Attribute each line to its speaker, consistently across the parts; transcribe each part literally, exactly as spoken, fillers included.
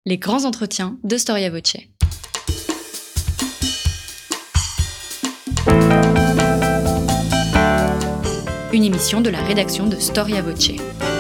Speaker 1: Les grands entretiens de Storia Voce. Une émission de la rédaction de Storia Voce.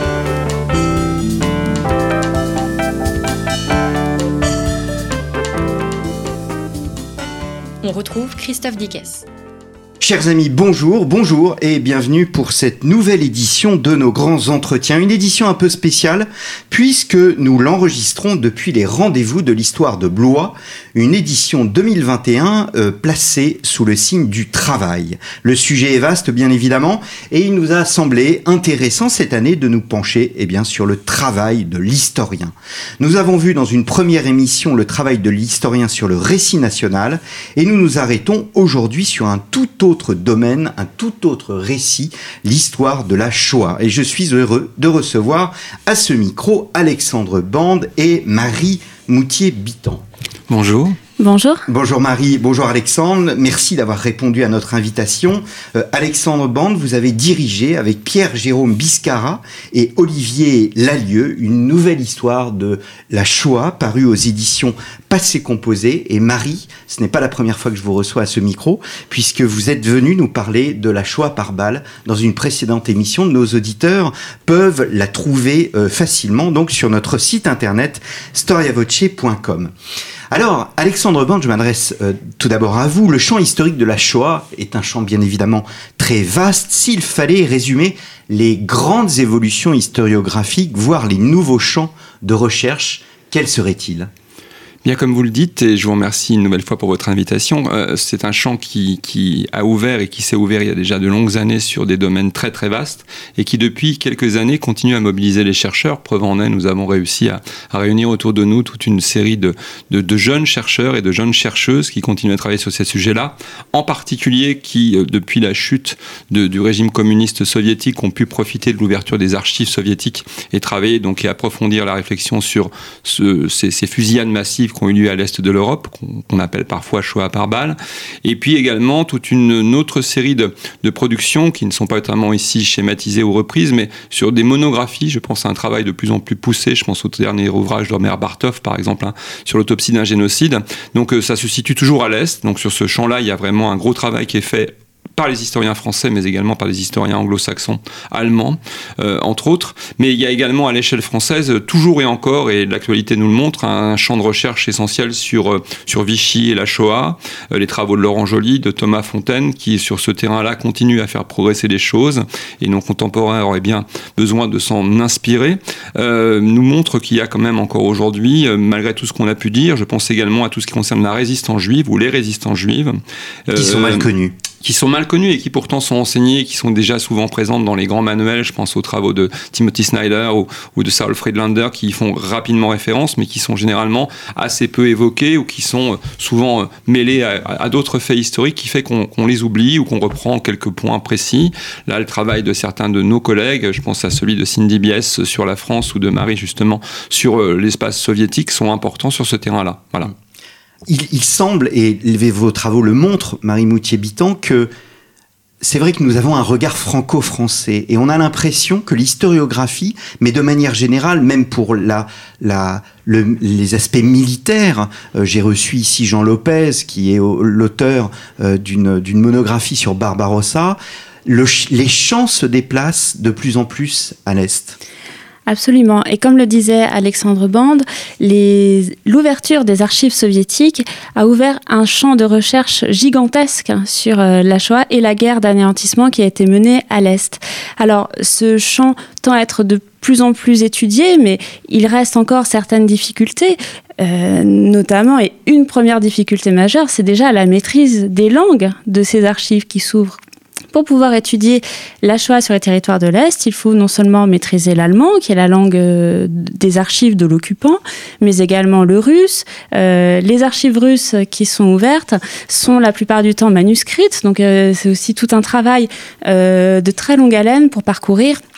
Speaker 1: On retrouve Christophe Dickès.
Speaker 2: Chers amis, bonjour, bonjour et bienvenue pour cette nouvelle édition de nos grands entretiens. Une édition un peu spéciale puisque nous l'enregistrons depuis les rendez-vous de l'histoire de Blois, une édition deux mille vingt et un euh, placée sous le signe du travail. Le sujet est vaste bien évidemment et il nous a semblé intéressant cette année de nous pencher eh bien, sur le travail de l'historien. Nous avons vu dans une première émission le travail de l'historien sur le récit national et nous nous arrêtons aujourd'hui sur un tout autre autre domaine, un tout autre récit, l'histoire de la Shoah. Et je suis heureux de recevoir à ce micro Alexandre Bande et Marie Moutier-Bittan.
Speaker 3: Bonjour.
Speaker 4: Bonjour.
Speaker 2: Bonjour Marie, bonjour Alexandre. Merci d'avoir répondu à notre invitation. Euh, Alexandre Bande, vous avez dirigé avec Pierre-Jérôme Biscara et Olivier Lalieu une nouvelle histoire de la Shoah parue aux éditions Passé Composé. Et Marie, ce n'est pas la première fois que je vous reçois à ce micro, puisque vous êtes venue nous parler de la Shoah par balle dans une précédente émission. Nos auditeurs peuvent la trouver euh, facilement donc sur notre site internet storia voce point com. Alors, Alexandre Bande, je m'adresse euh, tout d'abord à vous. Le champ historique de la Shoah est un champ bien évidemment très vaste. S'il fallait résumer les grandes évolutions historiographiques, voire les nouveaux champs de recherche, quels seraient-ils ?
Speaker 3: Bien, comme vous le dites, et je vous remercie une nouvelle fois pour votre invitation, euh, c'est un champ qui, qui a ouvert et qui s'est ouvert il y a déjà de longues années sur des domaines très très vastes et qui depuis quelques années continue à mobiliser les chercheurs. Preuve en est, nous avons réussi à, à réunir autour de nous toute une série de, de, de jeunes chercheurs et de jeunes chercheuses qui continuent à travailler sur ces sujets-là, en particulier qui, euh, depuis la chute de, du régime communiste soviétique, ont pu profiter de l'ouverture des archives soviétiques et travailler donc et approfondir la réflexion sur ce, ces, ces fusillades massives qui ont eu lieu à l'est de l'Europe, qu'on, qu'on appelle parfois Shoah par balle, et puis également toute une, une autre série de, de productions qui ne sont pas notamment ici schématisées ou reprises, mais sur des monographies. Je pense à un travail de plus en plus poussé, je pense au dernier ouvrage d'Omer Bartov, par exemple, hein, sur l'autopsie d'un génocide. Donc euh, ça se situe toujours à l'est, donc sur ce champ-là, il y a vraiment un gros travail qui est fait par les historiens français, mais également par les historiens anglo-saxons, allemands, euh, entre autres. Mais il y a également à l'échelle française, toujours et encore, et l'actualité nous le montre, un champ de recherche essentiel sur, euh, sur Vichy et la Shoah, euh, les travaux de Laurent Joly, de Thomas Fontaine, qui sur ce terrain-là continuent à faire progresser les choses, et nos contemporains auraient bien besoin de s'en inspirer, euh, nous montre qu'il y a quand même encore aujourd'hui, euh, malgré tout ce qu'on a pu dire, je pense également à tout ce qui concerne la résistance juive, ou les résistances juives.
Speaker 2: Euh, qui sont mal connues.
Speaker 3: qui sont mal connues et qui pourtant sont enseignées, qui sont déjà souvent présentes dans les grands manuels. Je pense aux travaux de Timothy Snyder ou, ou de Saul Friedlander qui y font rapidement référence, mais qui sont généralement assez peu évoqués ou qui sont souvent mêlés à, à d'autres faits historiques qui fait qu'on, qu'on les oublie ou qu'on reprend quelques points précis. Là, le travail de certains de nos collègues, je pense à celui de Cindy Bies sur la France ou de Marie justement sur l'espace soviétique, sont importants sur ce terrain-là. Voilà.
Speaker 2: Il, il semble, et vos travaux le montrent, Marie Moutier-Bittan, que c'est vrai que nous avons un regard franco-français et on a l'impression que l'historiographie, mais de manière générale, même pour la, la, le, les aspects militaires, euh, j'ai reçu ici Jean Lopez, qui est l'auteur euh, d'une, d'une monographie sur Barbarossa, le, les champs se déplacent de plus en plus à l'Est.
Speaker 4: Absolument. Et comme le disait Alexandre Bande, les... l'ouverture des archives soviétiques a ouvert un champ de recherche gigantesque sur la Shoah et la guerre d'anéantissement qui a été menée à l'Est. Alors, ce champ tend à être de plus en plus étudié, mais il reste encore certaines difficultés, euh, notamment, et une première difficulté majeure, c'est déjà la maîtrise des langues de ces archives qui s'ouvrent. Pour pouvoir étudier la Shoah sur les territoires de l'Est, il faut non seulement maîtriser l'allemand, qui est la langue euh, des archives de l'occupant, mais également le russe. Euh, les archives russes qui sont ouvertes sont la plupart du temps manuscrites, donc euh, c'est aussi tout un travail euh, de très longue haleine pour parcourir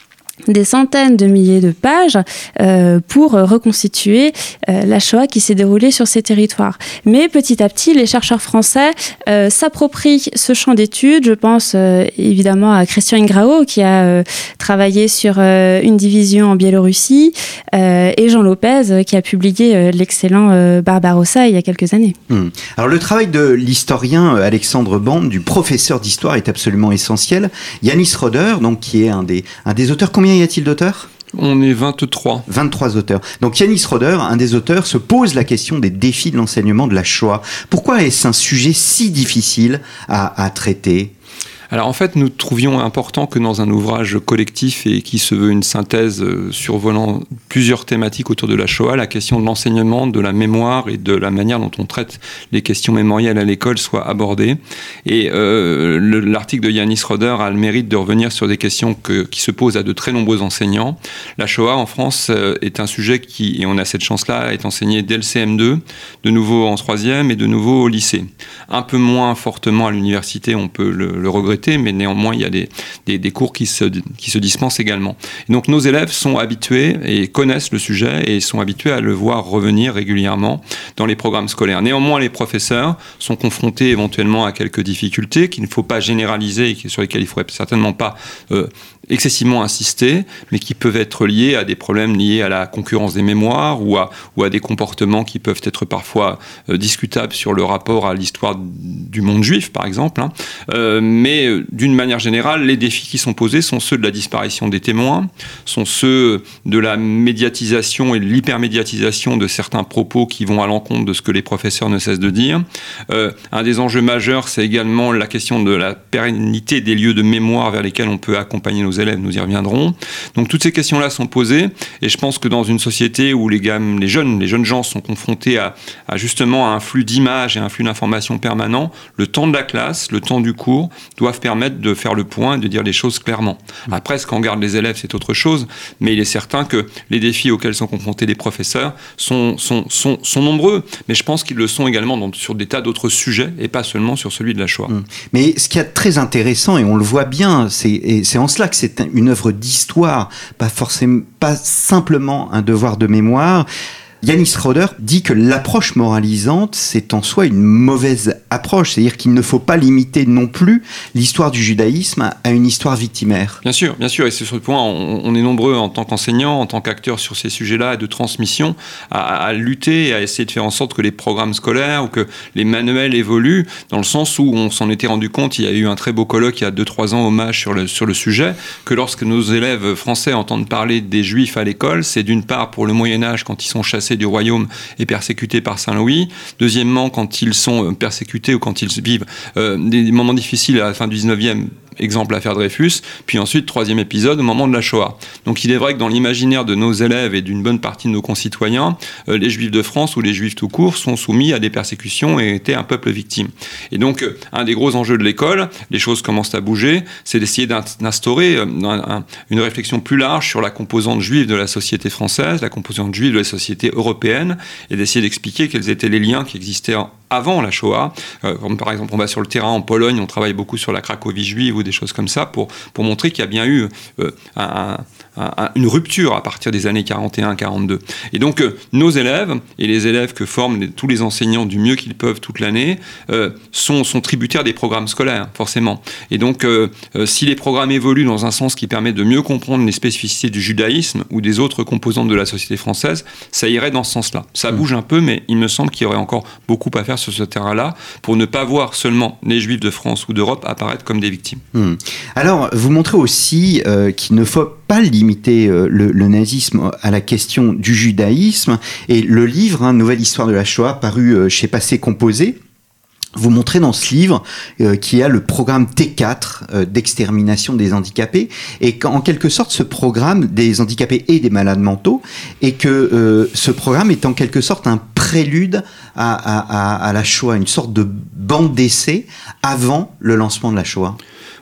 Speaker 4: des centaines de milliers de pages euh, pour reconstituer euh, la Shoah qui s'est déroulée sur ces territoires. Mais petit à petit, les chercheurs français euh, s'approprient ce champ d'études. Je pense euh, évidemment à Christian Ingrao qui a euh, travaillé sur euh, une division en Biélorussie euh, et Jean Lopez euh, qui a publié euh, l'excellent euh, Barbarossa il y a quelques années.
Speaker 2: Mmh. Alors le travail de l'historien euh, Alexandre Bande, du professeur d'histoire, est absolument essentiel. Yanis Roder, donc, qui est un des, un des auteurs, combien y a-t-il d'auteurs ?
Speaker 3: On est vingt-trois.
Speaker 2: vingt-trois auteurs. Donc Yanis Roder, un des auteurs, se pose la question des défis de l'enseignement de la Shoah. Pourquoi est-ce un sujet si difficile à, à traiter ?
Speaker 3: Alors en fait, nous trouvions important que dans un ouvrage collectif et qui se veut une synthèse euh, survolant plusieurs thématiques autour de la Shoah, la question de l'enseignement, de la mémoire et de la manière dont on traite les questions mémorielles à l'école soit abordée. Et euh, le, l'article de Yanis Roder a le mérite de revenir sur des questions que, qui se posent à de très nombreux enseignants. La Shoah en France euh, est un sujet qui, et on a cette chance-là, est enseigné dès le C M deux, de nouveau en troisième et de nouveau au lycée. Un peu moins fortement à l'université, on peut le, le regretter, mais néanmoins il y a des, des, des cours qui se, qui se dispensent également. Et donc nos élèves sont habitués et connaissent le sujet et sont habitués à le voir revenir régulièrement dans les programmes scolaires. Néanmoins, les professeurs sont confrontés éventuellement à quelques difficultés qu'il ne faut pas généraliser et sur lesquelles il ne faudrait certainement pas euh, excessivement insister, mais qui peuvent être liés à des problèmes liés à la concurrence des mémoires ou à, ou à des comportements qui peuvent être parfois euh, discutables sur le rapport à l'histoire du monde juif, par exemple. Hein. Euh, mais euh, d'une manière générale, les défis qui sont posés sont ceux de la disparition des témoins, sont ceux de la médiatisation et de l'hypermédiatisation de certains propos qui vont à l'encontre de ce que les professeurs ne cessent de dire. Euh, un des enjeux majeurs, c'est également la question de la pérennité des lieux de mémoire vers lesquels on peut accompagner nos élèves, nous y reviendrons. Donc toutes ces questions-là sont posées et je pense que dans une société où les, gammes, les, jeunes, les jeunes gens sont confrontés à, à justement à un flux d'images et un flux d'informations permanent, le temps de la classe, le temps du cours doivent permettre de faire le point et de dire les choses clairement. Après, ce qu'en gardent les élèves, c'est autre chose, mais il est certain que les défis auxquels sont confrontés les professeurs sont, sont, sont, sont nombreux, mais je pense qu'ils le sont également dans, sur des tas d'autres sujets et pas seulement sur celui de la Shoah.
Speaker 2: Mais ce qui est très intéressant, et on le voit bien, c'est, et c'est en cela que c'est une œuvre d'histoire, pas forcément, pas simplement un devoir de mémoire. Yanis Roder dit que l'approche moralisante, c'est en soi une mauvaise approche, c'est-à-dire qu'il ne faut pas limiter non plus l'histoire du judaïsme à une histoire victimaire.
Speaker 3: Bien sûr, bien sûr, et c'est sur ce point, on, on est nombreux en tant qu'enseignants, en tant qu'acteurs sur ces sujets-là de transmission, à, à lutter et à essayer de faire en sorte que les programmes scolaires ou que les manuels évoluent, dans le sens où on s'en était rendu compte, il y a eu un très beau colloque il y a deux trois ans, hommage sur le, sur le sujet, que lorsque nos élèves français entendent parler des juifs à l'école, c'est d'une part pour le Moyen-Âge quand ils sont chassés du royaume et persécutés par Saint-Louis. Deuxièmement, quand ils sont persécutés ou quand ils vivent euh, des moments difficiles à la fin du dix-neuvième, exemple l'affaire Dreyfus, puis ensuite troisième épisode au moment de la Shoah. Donc il est vrai que dans l'imaginaire de nos élèves et d'une bonne partie de nos concitoyens, euh, les Juifs de France ou les Juifs tout court sont soumis à des persécutions et étaient un peuple victime. Et donc euh, un des gros enjeux de l'école, les choses commencent à bouger, c'est d'essayer d'instaurer euh, un, un, une réflexion plus large sur la composante juive de la société française, la composante juive de la société européenne, et d'essayer d'expliquer quels étaient les liens qui existaient avant la Shoah. Euh, comme par exemple, on va sur le terrain en Pologne, on travaille beaucoup sur la Cracovie juive ou des choses comme ça pour, pour montrer qu'il y a bien eu euh, un, un, une rupture à partir des années quarante et un quarante-deux. Et donc, euh, nos élèves et les élèves que forment les, tous les enseignants du mieux qu'ils peuvent toute l'année euh, sont, sont tributaires des programmes scolaires, forcément. Et donc, euh, euh, si les programmes évoluent dans un sens qui permet de mieux comprendre les spécificités du judaïsme ou des autres composantes de la société française, ça irait dans ce sens-là. Ça mmh. bouge un peu, mais il me semble qu'il y aurait encore beaucoup à faire sur ce terrain-là pour ne pas voir seulement les Juifs de France ou d'Europe apparaître comme des victimes.
Speaker 2: Mmh. Alors, vous montrez aussi euh, qu'il ne faut pas limiter euh, le, le nazisme à la question du judaïsme. Et le livre, hein, Nouvelle histoire de la Shoah, paru euh, chez Passé Composé, vous montrez dans ce livre euh, qu'il y a le programme T quatre euh, d'extermination des handicapés et qu'en quelque sorte ce programme des handicapés et des malades mentaux et que euh, ce programme est en quelque sorte un prélude à, à, à, à la Shoah, une sorte de bande d'essai avant le lancement de la Shoah.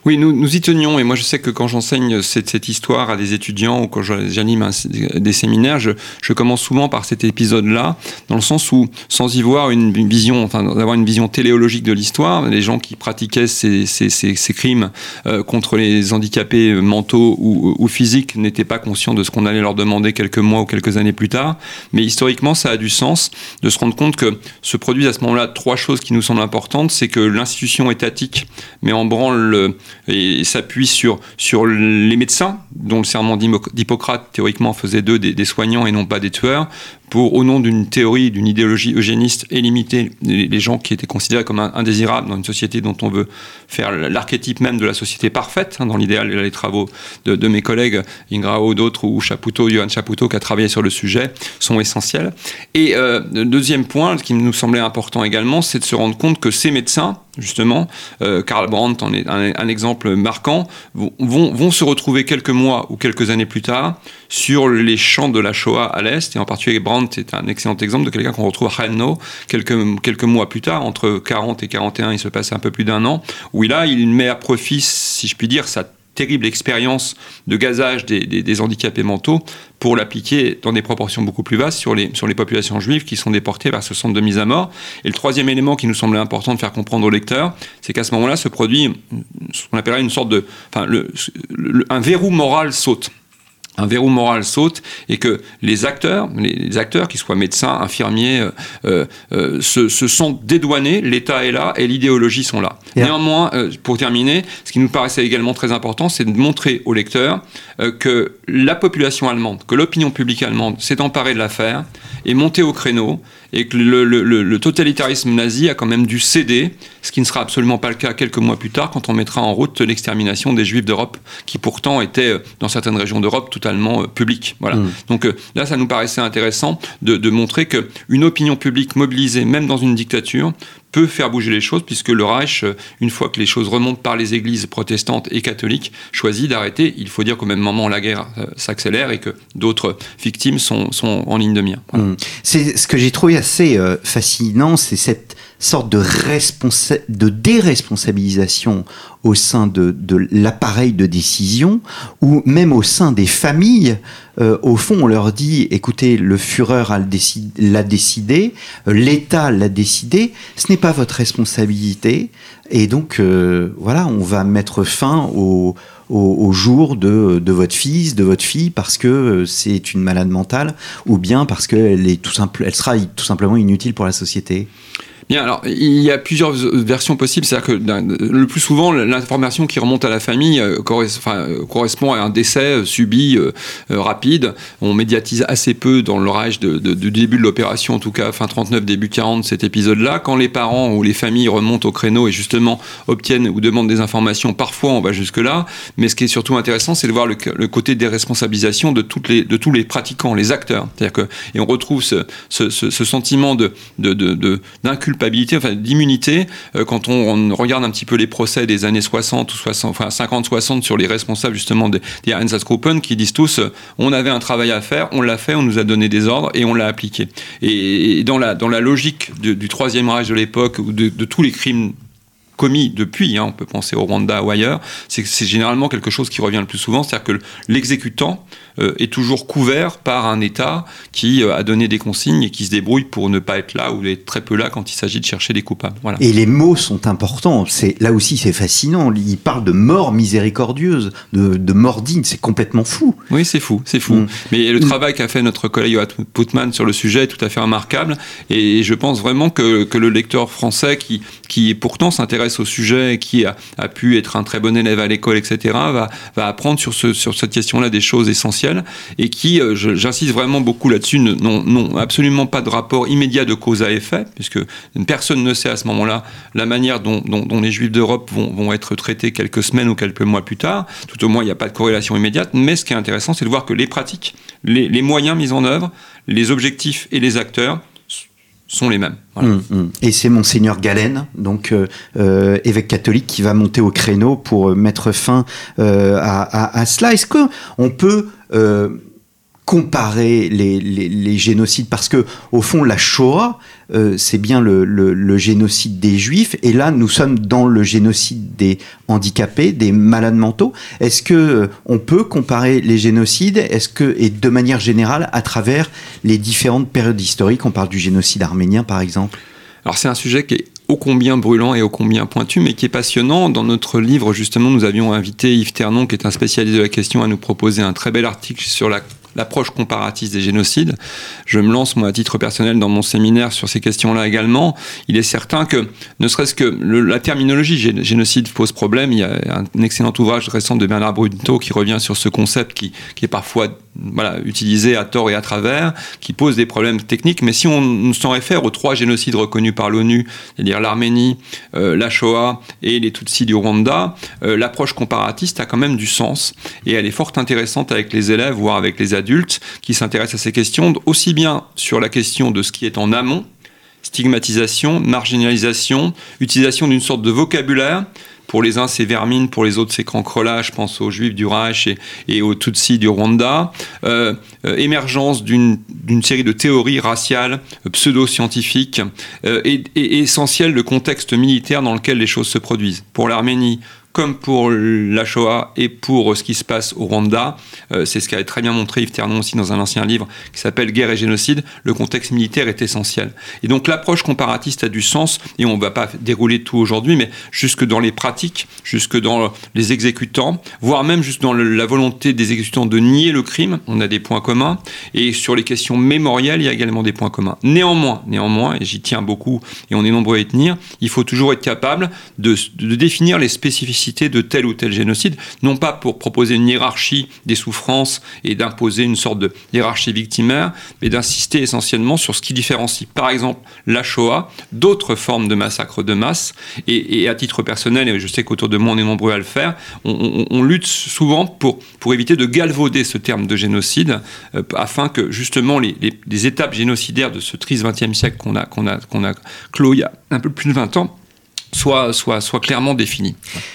Speaker 3: Oui, nous, nous y tenions, et moi je sais que quand j'enseigne cette, cette histoire à des étudiants ou quand j'anime un, des séminaires, je, je commence souvent par cet épisode-là, dans le sens où, sans y voir une, une vision, enfin d'avoir une vision téléologique de l'histoire, les gens qui pratiquaient ces, ces, ces, ces crimes euh, contre les handicapés mentaux ou, ou physiques n'étaient pas conscients de ce qu'on allait leur demander quelques mois ou quelques années plus tard, mais historiquement ça a du sens de se rendre compte que se produisent à ce moment-là trois choses qui nous semblent importantes, c'est que l'institution étatique met en branle le et s'appuie sur, sur les médecins, dont le serment d'Hippocrate, théoriquement, faisait d'eux des, des soignants et non pas des tueurs, pour, au nom d'une théorie, d'une idéologie eugéniste, éliminer les, les gens qui étaient considérés comme indésirables dans une société dont on veut faire l'archétype même de la société parfaite, hein, dans l'idéal, les travaux de, de mes collègues, Ingrao, d'autres, ou Chapoutot, Johan Chapoutot, qui a travaillé sur le sujet, sont essentiels. Et euh, le deuxième point, qui nous semblait important également, c'est de se rendre compte que ces médecins, justement, euh, Karl Brandt en est un, un exemple marquant, vont, vont, vont se retrouver quelques mois ou quelques années plus tard sur les champs de la Shoah à l'Est, et en particulier Brandt est un excellent exemple de quelqu'un qu'on retrouve à Chelmno quelques, quelques mois plus tard, entre quarante et quarante et un, il se passe un peu plus d'un an, où là, il met à profit, si je puis dire, sa terrible expérience de gazage des, des, des handicapés mentaux pour l'appliquer dans des proportions beaucoup plus vastes sur les, sur les populations juives qui sont déportées vers ce centre de mise à mort. Et le troisième élément qui nous semblait important de faire comprendre aux lecteurs, c'est qu'à ce moment-là se produit ce qu'on appellerait une sorte de... Enfin, le, le, un verrou moral saute. Un verrou moral saute et que les acteurs, les acteurs, qu'ils soient médecins, infirmiers, euh, euh, se, se sont dédouanés, l'État est là et l'idéologie sont là. Yeah. Néanmoins, euh, pour terminer, ce qui nous paraissait également très important, c'est de montrer aux lecteurs euh, que la population allemande, que l'opinion publique allemande s'est emparée de l'affaire, est montée au créneau et que le, le, le, le totalitarisme nazi a quand même dû céder, ce qui ne sera absolument pas le cas quelques mois plus tard quand on mettra en route l'extermination des Juifs d'Europe, qui pourtant étaient, dans certaines régions d'Europe, totalement euh, publique. Voilà. Mmh. Donc euh, là, ça nous paraissait intéressant de, de montrer qu'une opinion publique mobilisée, même dans une dictature, peut faire bouger les choses, puisque le Reich, une fois que les choses remontent par les églises protestantes et catholiques, choisit d'arrêter. Il faut dire qu'au même moment, la guerre euh, s'accélère et que d'autres victimes sont, sont en ligne de mire. Voilà.
Speaker 2: Mmh. C'est ce que j'ai trouvé assez euh, fascinant, c'est cette sorte de, responsa- de déresponsabilisation au sein de, de l'appareil de décision, ou même au sein des familles. Euh, au fond, on leur dit, écoutez, le Führer a le décid- l'a décidé, euh, l'État l'a décidé, ce n'est pas votre responsabilité, et donc, euh, voilà, on va mettre fin au, au, au jour de, de votre fils, de votre fille, parce que c'est une malade mentale, ou bien parce qu'elle est tout simple, elle sera tout simplement inutile pour la société.
Speaker 3: Bien, alors, il y a plusieurs versions possibles. C'est-à-dire que le plus souvent, l'information qui remonte à la famille euh, corres- enfin, euh, correspond à un décès euh, subi euh, euh, rapide. On médiatise assez peu dans le Reich de, de, du début de l'opération, en tout cas fin trente-neuf, début quarante, cet épisode-là. Quand les parents ou les familles remontent au créneau et justement obtiennent ou demandent des informations, parfois on va jusque-là. Mais ce qui est surtout intéressant, c'est de voir le, le côté des responsabilisations de, toutes les, de tous les pratiquants, les acteurs. C'est-à-dire que, et on retrouve ce, ce, ce, ce sentiment de, de, de, de, d'inculpabilité, enfin d'immunité, euh, quand on, on regarde un petit peu les procès des années soixante ou soixante, enfin cinquante soixante sur les responsables justement des, des Einsatzgruppen, qui disent tous, euh, on avait un travail à faire, on l'a fait, on nous a donné des ordres et on l'a appliqué. Et, et dans, la, dans la logique de, du Troisième Reich de l'époque, ou de, de tous les crimes commis depuis, hein, on peut penser au Rwanda ou ailleurs, c'est, c'est généralement quelque chose qui revient le plus souvent, c'est-à-dire que l'exécutant euh, est toujours couvert par un État qui euh, a donné des consignes et qui se débrouille pour ne pas être là ou être très peu là quand il s'agit de chercher des coupables. Voilà.
Speaker 2: Et les mots sont importants, c'est, là aussi c'est fascinant, il parle de mort miséricordieuse, de, de mort digne, c'est complètement fou.
Speaker 3: Oui, c'est fou, c'est fou. Mmh. Mais le travail qu'a fait notre collègue Johan Putman sur le sujet est tout à fait remarquable, et je pense vraiment que, que le lecteur français qui, qui pourtant s'intéresse au sujet, qui a, a pu être un très bon élève à l'école, et cetera, va, va apprendre sur, ce, sur cette question-là des choses essentielles, et qui, euh, je, j'insiste vraiment beaucoup là-dessus, n'ont, n'ont absolument pas de rapport immédiat de cause à effet, puisque personne ne sait à ce moment-là la manière dont, dont, dont les Juifs d'Europe vont, vont être traités quelques semaines ou quelques mois plus tard. Tout au moins, il n'y a pas de corrélation immédiate, mais ce qui est intéressant, c'est de voir que les pratiques, les, les moyens mis en œuvre, les objectifs et les acteurs sont les mêmes. Voilà.
Speaker 2: Mmh, mmh. Et c'est Monseigneur Galen, donc euh, euh, évêque catholique, qui va monter au créneau pour mettre fin euh, à, à, à cela. Est-ce qu'on peut euh, comparer les, les, les génocides, parce que au fond la Shoah euh, c'est bien le, le, le génocide des Juifs, et là nous sommes dans le génocide des handicapés, des malades mentaux. Est-ce que euh, on peut comparer les génocides, est-ce que, et de manière générale à travers les différentes périodes historiques? On parle du génocide arménien par exemple.
Speaker 3: Alors c'est un sujet qui est ô combien brûlant et ô combien pointu, mais qui est passionnant. Dans notre livre, justement, nous avions invité Yves Ternon, qui est un spécialiste de la question, à nous proposer un très bel article sur la l'approche comparatiste des génocides. Je me lance, moi, à titre personnel, dans mon séminaire sur ces questions-là également. Il est certain que, ne serait-ce que le, la terminologie génocide pose problème. Il y a un excellent ouvrage récent de Bernard Brunto qui revient sur ce concept qui, qui est parfois voilà, utilisé à tort et à travers, qui pose des problèmes techniques. Mais si on s'en réfère aux trois génocides reconnus par l'ONU, c'est-à-dire l'Arménie, euh, la Shoah et les Tutsis du Rwanda, euh, l'approche comparatiste a quand même du sens. Et elle est fort intéressante avec les élèves, voire avec les adultes, adultes qui s'intéressent à ces questions, aussi bien sur la question de ce qui est en amont, stigmatisation, marginalisation, utilisation d'une sorte de vocabulaire. Pour les uns, c'est vermine, pour les autres, c'est cancrelat. Je pense aux Juifs du Reich et, et aux Tutsis du Rwanda. Euh, euh, émergence d'une, d'une série de théories raciales, euh, pseudo-scientifiques, euh, et, et, et essentiel le contexte militaire dans lequel les choses se produisent. Pour l'Arménie, comme pour la Shoah et pour ce qui se passe au Rwanda, euh, c'est ce qu'a très bien montré Yves Ternon aussi dans un ancien livre qui s'appelle « Guerre et génocide », le contexte militaire est essentiel. Et donc l'approche comparatiste a du sens, et on ne va pas dérouler tout aujourd'hui, mais jusque dans les pratiques, jusque dans les exécutants, voire même juste dans le, la volonté des exécutants de nier le crime, on a des points communs, et sur les questions mémorielles, il y a également des points communs. Néanmoins, néanmoins, et j'y tiens beaucoup, et on est nombreux à y tenir, il faut toujours être capable de, de définir les spécificités de tel ou tel génocide, non pas pour proposer une hiérarchie des souffrances et d'imposer une sorte de hiérarchie victimaire, mais d'insister essentiellement sur ce qui différencie, par exemple, la Shoah d'autres formes de massacres de masse. Et, et à titre personnel, et je sais qu'autour de moi on est nombreux à le faire, on, on, on lutte souvent pour, pour éviter de galvauder ce terme de génocide, euh, afin que justement les, les, les étapes génocidaires de ce triste vingtième siècle qu'on a, qu'on a, qu'on a clos il y a un peu plus de vingt ans soient, soient, soient clairement définies.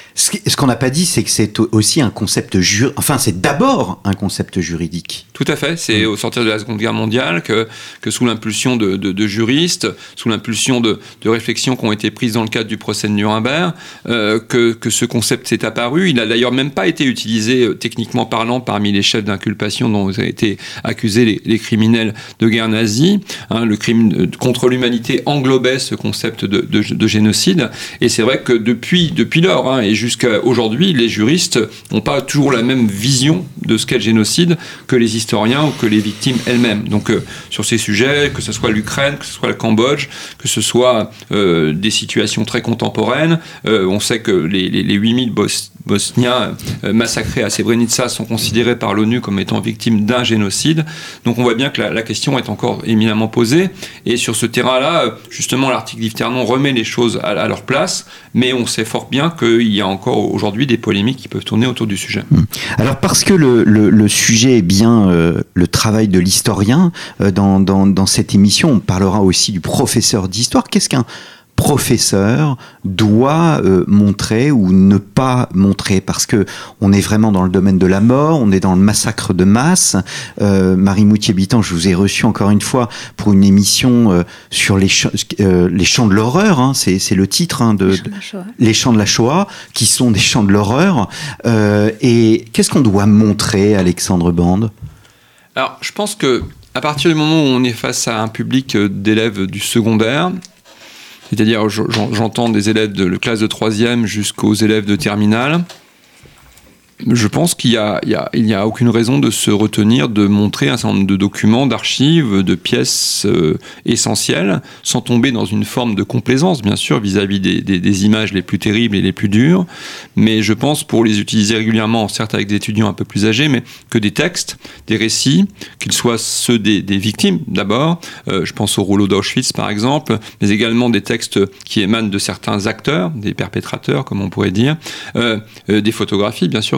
Speaker 2: Ce qu'on n'a pas dit, c'est que c'est aussi un concept juridique. Enfin, c'est d'abord un concept juridique.
Speaker 3: Tout à fait. C'est mmh. au sortir de la Seconde Guerre mondiale que, que sous l'impulsion de, de, de juristes, sous l'impulsion de, de réflexions qui ont été prises dans le cadre du procès de Nuremberg, euh, que, que ce concept s'est apparu. Il n'a d'ailleurs même pas été utilisé, euh, techniquement parlant, parmi les chefs d'inculpation dont ont été accusés les, les criminels de guerre nazie. Hein, le crime contre l'humanité englobait ce concept de, de, de génocide. Et c'est vrai que depuis, depuis lors, hein, et jusqu'à aujourd'hui, les juristes n'ont pas toujours la même vision de ce qu'est le génocide que les historiens ou que les victimes elles-mêmes. Donc euh, sur ces sujets, que ce soit l'Ukraine, que ce soit le Cambodge, que ce soit euh, des situations très contemporaines, euh, on sait que les, les, les huit mille Bos- Bosniens euh, massacrés à Srebrenica sont considérés par l'ONU comme étant victimes d'un génocide. Donc on voit bien que la, la question est encore éminemment posée. Et sur ce terrain-là, justement, l'article d'Yves Ternon remet les choses à, à leur place, mais on sait fort bien qu'il y a encore aujourd'hui des polémiques qui peuvent tourner autour du sujet.
Speaker 2: Alors parce que le, le, le sujet est bien euh, le travail de l'historien, euh, dans, dans, dans cette émission, on parlera aussi du professeur d'histoire. Qu'est-ce qu'un professeur doit euh, montrer ou ne pas montrer, parce que on est vraiment dans le domaine de la mort, on est dans le massacre de masse. euh, Marie Moutier-Bitan, je vous ai reçu encore une fois pour une émission euh, sur les, ch- euh, les chants de l'horreur, hein, c'est, c'est le titre, hein, de,
Speaker 4: les, chants de la Shoah.
Speaker 2: les chants de la Shoah, qui sont des chants de l'horreur. Euh, et qu'est-ce qu'on doit montrer, Alexandre Bande ?
Speaker 3: Alors, je pense que à partir du moment où on est face à un public d'élèves du secondaire, c'est-à-dire j'entends des élèves de la classe de troisième jusqu'aux élèves de terminale, je pense qu'il y a, il y a, il y a aucune raison de se retenir de montrer un certain nombre de documents, d'archives, de pièces euh, essentielles, sans tomber dans une forme de complaisance, bien sûr, vis-à-vis des, des, des images les plus terribles et les plus dures. Mais je pense, pour les utiliser régulièrement, certes avec des étudiants un peu plus âgés, mais que des textes, des récits, qu'ils soient ceux des, des victimes d'abord, euh, je pense au rouleau d'Auschwitz par exemple, mais également des textes qui émanent de certains acteurs, des perpétrateurs, comme on pourrait dire, euh, euh, des photographies, bien sûr,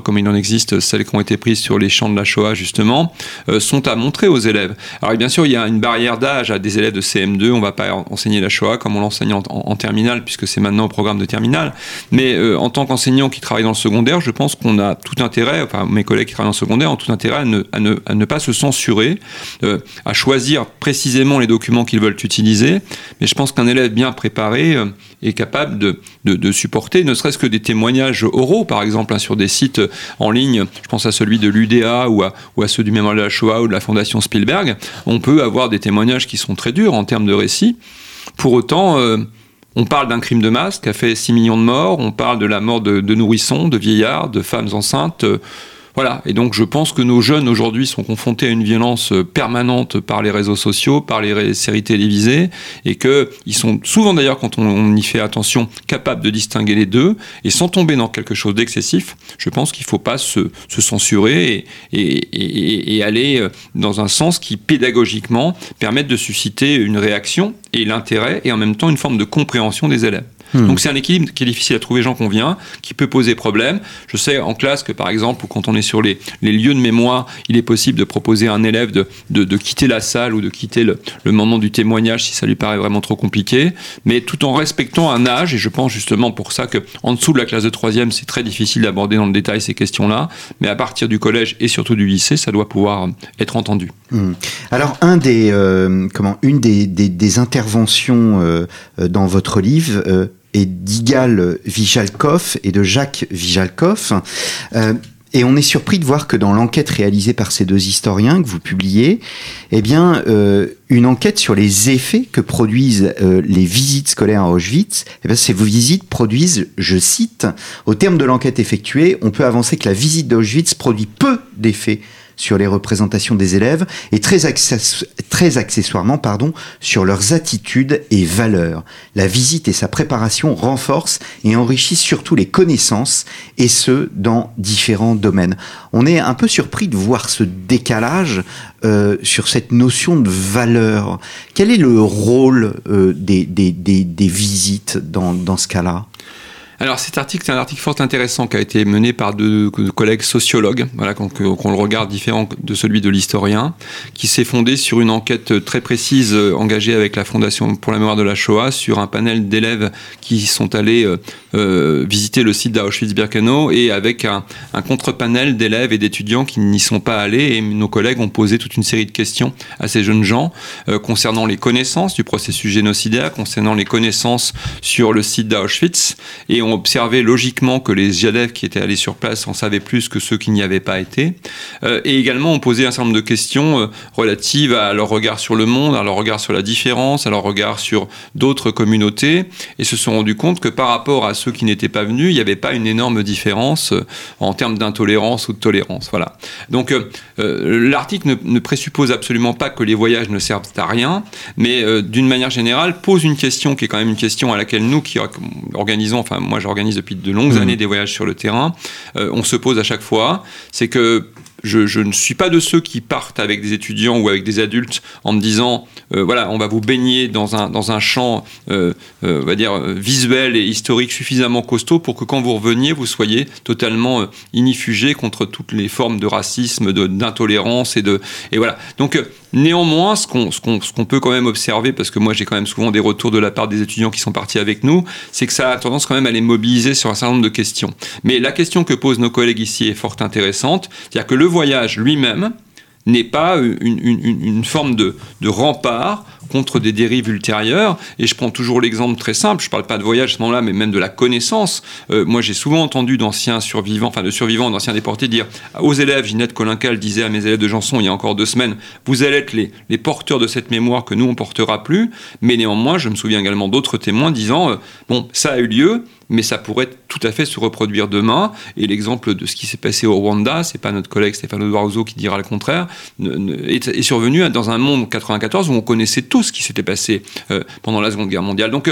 Speaker 3: comme il en existe celles qui ont été prises sur les champs de la Shoah justement, euh, sont à montrer aux élèves. Alors bien sûr, il y a une barrière d'âge à des élèves de C M deux, on ne va pas enseigner la Shoah comme on l'enseigne en, en, en terminale, puisque c'est maintenant au programme de terminale, mais euh, en tant qu'enseignant qui travaille dans le secondaire, je pense qu'on a tout intérêt, enfin mes collègues qui travaillent dans le secondaire ont tout intérêt à ne, à ne, à ne pas se censurer, euh, à choisir précisément les documents qu'ils veulent utiliser, mais je pense qu'un élève bien préparé euh, est capable de, de, de supporter, ne serait-ce que des témoignages oraux, par exemple, hein, sur des sites en ligne, je pense à celui de l'U D A ou à, ou à ceux du Mémorial de la Shoah ou de la Fondation Spielberg, on peut avoir des témoignages qui sont très durs en termes de récits. Pour autant, euh, on parle d'un crime de masse qui a fait six millions de morts, on parle de la mort de, de nourrissons, de vieillards, de femmes enceintes, euh, voilà, et donc je pense que nos jeunes aujourd'hui sont confrontés à une violence permanente par les réseaux sociaux, par les séries télévisées, et qu'ils sont souvent d'ailleurs, quand on y fait attention, capables de distinguer les deux, et sans tomber dans quelque chose d'excessif, je pense qu'il ne faut pas se, se censurer et, et, et, et aller dans un sens qui, pédagogiquement, permette de susciter une réaction et l'intérêt, et en même temps une forme de compréhension des élèves. Mmh. Donc c'est un équilibre qui est difficile à trouver, j'en conviens, qui peut poser problème. Je sais en classe que par exemple, quand on est sur les, les lieux de mémoire, il est possible de proposer à un élève de, de, de quitter la salle ou de quitter le, le moment du témoignage si ça lui paraît vraiment trop compliqué, mais tout en respectant un âge, et je pense justement pour ça qu'en dessous de la classe de troisième, c'est très difficile d'aborder dans le détail ces questions-là, mais à partir du collège et surtout du lycée, ça doit pouvoir être entendu.
Speaker 2: Mmh. Alors un des, euh, comment, une des, des, des interventions euh, dans votre livre euh, et d'Igal Vijalkov et de Jacques Vijalkov. Euh, et on est surpris de voir que dans l'enquête réalisée par ces deux historiens que vous publiez, eh bien, euh, une enquête sur les effets que produisent euh, les visites scolaires à Auschwitz, eh bien, ces visites produisent, je cite, au terme de l'enquête effectuée, on peut avancer que la visite d'Auschwitz produit peu d'effets sur les représentations des élèves et très, access- très accessoirement pardon, sur leurs attitudes et valeurs. La visite et sa préparation renforcent et enrichissent surtout les connaissances, et ce, dans différents domaines. On est un peu surpris de voir ce décalage euh, sur cette notion de valeur. Quel est le rôle euh, des, des, des, des visites dans, dans ce cas-là ?
Speaker 3: Alors cet article, c'est un article fort intéressant qui a été mené par deux collègues sociologues, voilà, qu'on, qu'on le regarde différent de celui de l'historien, qui s'est fondé sur une enquête très précise engagée avec la Fondation pour la mémoire de la Shoah sur un panel d'élèves qui sont allés euh, euh, visiter le site d'Auschwitz-Birkenau, et avec un, un contre-panel d'élèves et d'étudiants qui n'y sont pas allés, et nos collègues ont posé toute une série de questions à ces jeunes gens euh, concernant les connaissances du processus génocidaire, concernant les connaissances sur le site d'Auschwitz, et on ont observé logiquement que les élèves qui étaient allés sur place en savaient plus que ceux qui n'y avaient pas été, euh, et également ont posé un certain nombre de questions euh, relatives à leur regard sur le monde, à leur regard sur la différence, à leur regard sur d'autres communautés, et se sont rendus compte que par rapport à ceux qui n'étaient pas venus, il n'y avait pas une énorme différence euh, en termes d'intolérance ou de tolérance. Voilà. Donc euh, euh, l'article ne, ne présuppose absolument pas que les voyages ne servent à rien, mais euh, d'une manière générale pose une question qui est quand même une question à laquelle nous qui organisons, enfin moi j'organise depuis de longues mmh. années des voyages sur le terrain, euh, on se pose à chaque fois, c'est que Je, je ne suis pas de ceux qui partent avec des étudiants ou avec des adultes en me disant euh, voilà, on va vous baigner dans un, dans un champ euh, euh, on va dire, visuel et historique suffisamment costaud pour que quand vous reveniez, vous soyez totalement euh, inifugés contre toutes les formes de racisme, de, d'intolérance et de... Et voilà. Donc, euh, néanmoins, ce qu'on, ce, qu'on, ce qu'on peut quand même observer, parce que moi j'ai quand même souvent des retours de la part des étudiants qui sont partis avec nous, c'est que ça a tendance quand même à les mobiliser sur un certain nombre de questions. Mais la question que posent nos collègues ici est fort intéressante, c'est-à-dire que le voyage lui-même n'est pas une, une, une forme de, de rempart contre des dérives ultérieures. Et je prends toujours l'exemple très simple, je ne parle pas de voyage à ce moment-là, mais même de la connaissance. Euh, moi, j'ai souvent entendu d'anciens survivants, enfin de survivants, d'anciens déportés dire aux élèves, Ginette Colincal disait à mes élèves de Janson il y a encore deux semaines, vous allez être les, les porteurs de cette mémoire que nous, on ne portera plus. Mais néanmoins, je me souviens également d'autres témoins disant, euh, bon, ça a eu lieu, mais ça pourrait tout à fait se reproduire demain. Et l'exemple de ce qui s'est passé au Rwanda, c'est pas notre collègue Stéphane Doirouzeau qui dira le contraire, ne, ne, est, est survenu dans un monde quatre-vingt-quatorze où on connaissait tout ce qui s'était passé euh, pendant la Seconde Guerre mondiale. Donc euh,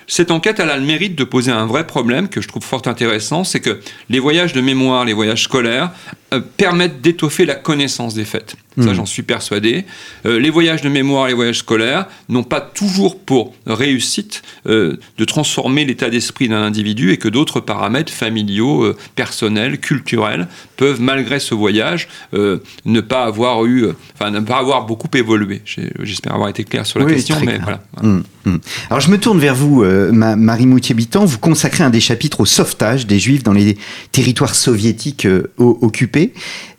Speaker 3: Cette enquête, elle a le mérite de poser un vrai problème que je trouve fort intéressant, c'est que les voyages de mémoire, les voyages scolaires, euh, permettent d'étoffer la connaissance des faits. Ça, mmh. j'en suis persuadé. Euh, les voyages de mémoire, les voyages scolaires n'ont pas toujours pour réussite euh, de transformer l'état d'esprit d'un individu et que d'autres paramètres familiaux, euh, personnels, culturels peuvent, malgré ce voyage, euh, ne pas avoir eu, enfin, euh, ne pas avoir beaucoup évolué. J'ai, j'espère avoir été clair sur la
Speaker 2: oui,
Speaker 3: question, mais
Speaker 2: clair.
Speaker 3: voilà.
Speaker 2: Mmh, mmh. Alors, je me tourne vers vous, euh, Marie Moutier-Bitan. Vous consacrez un des chapitres au sauvetage des Juifs dans les territoires soviétiques euh, occupés.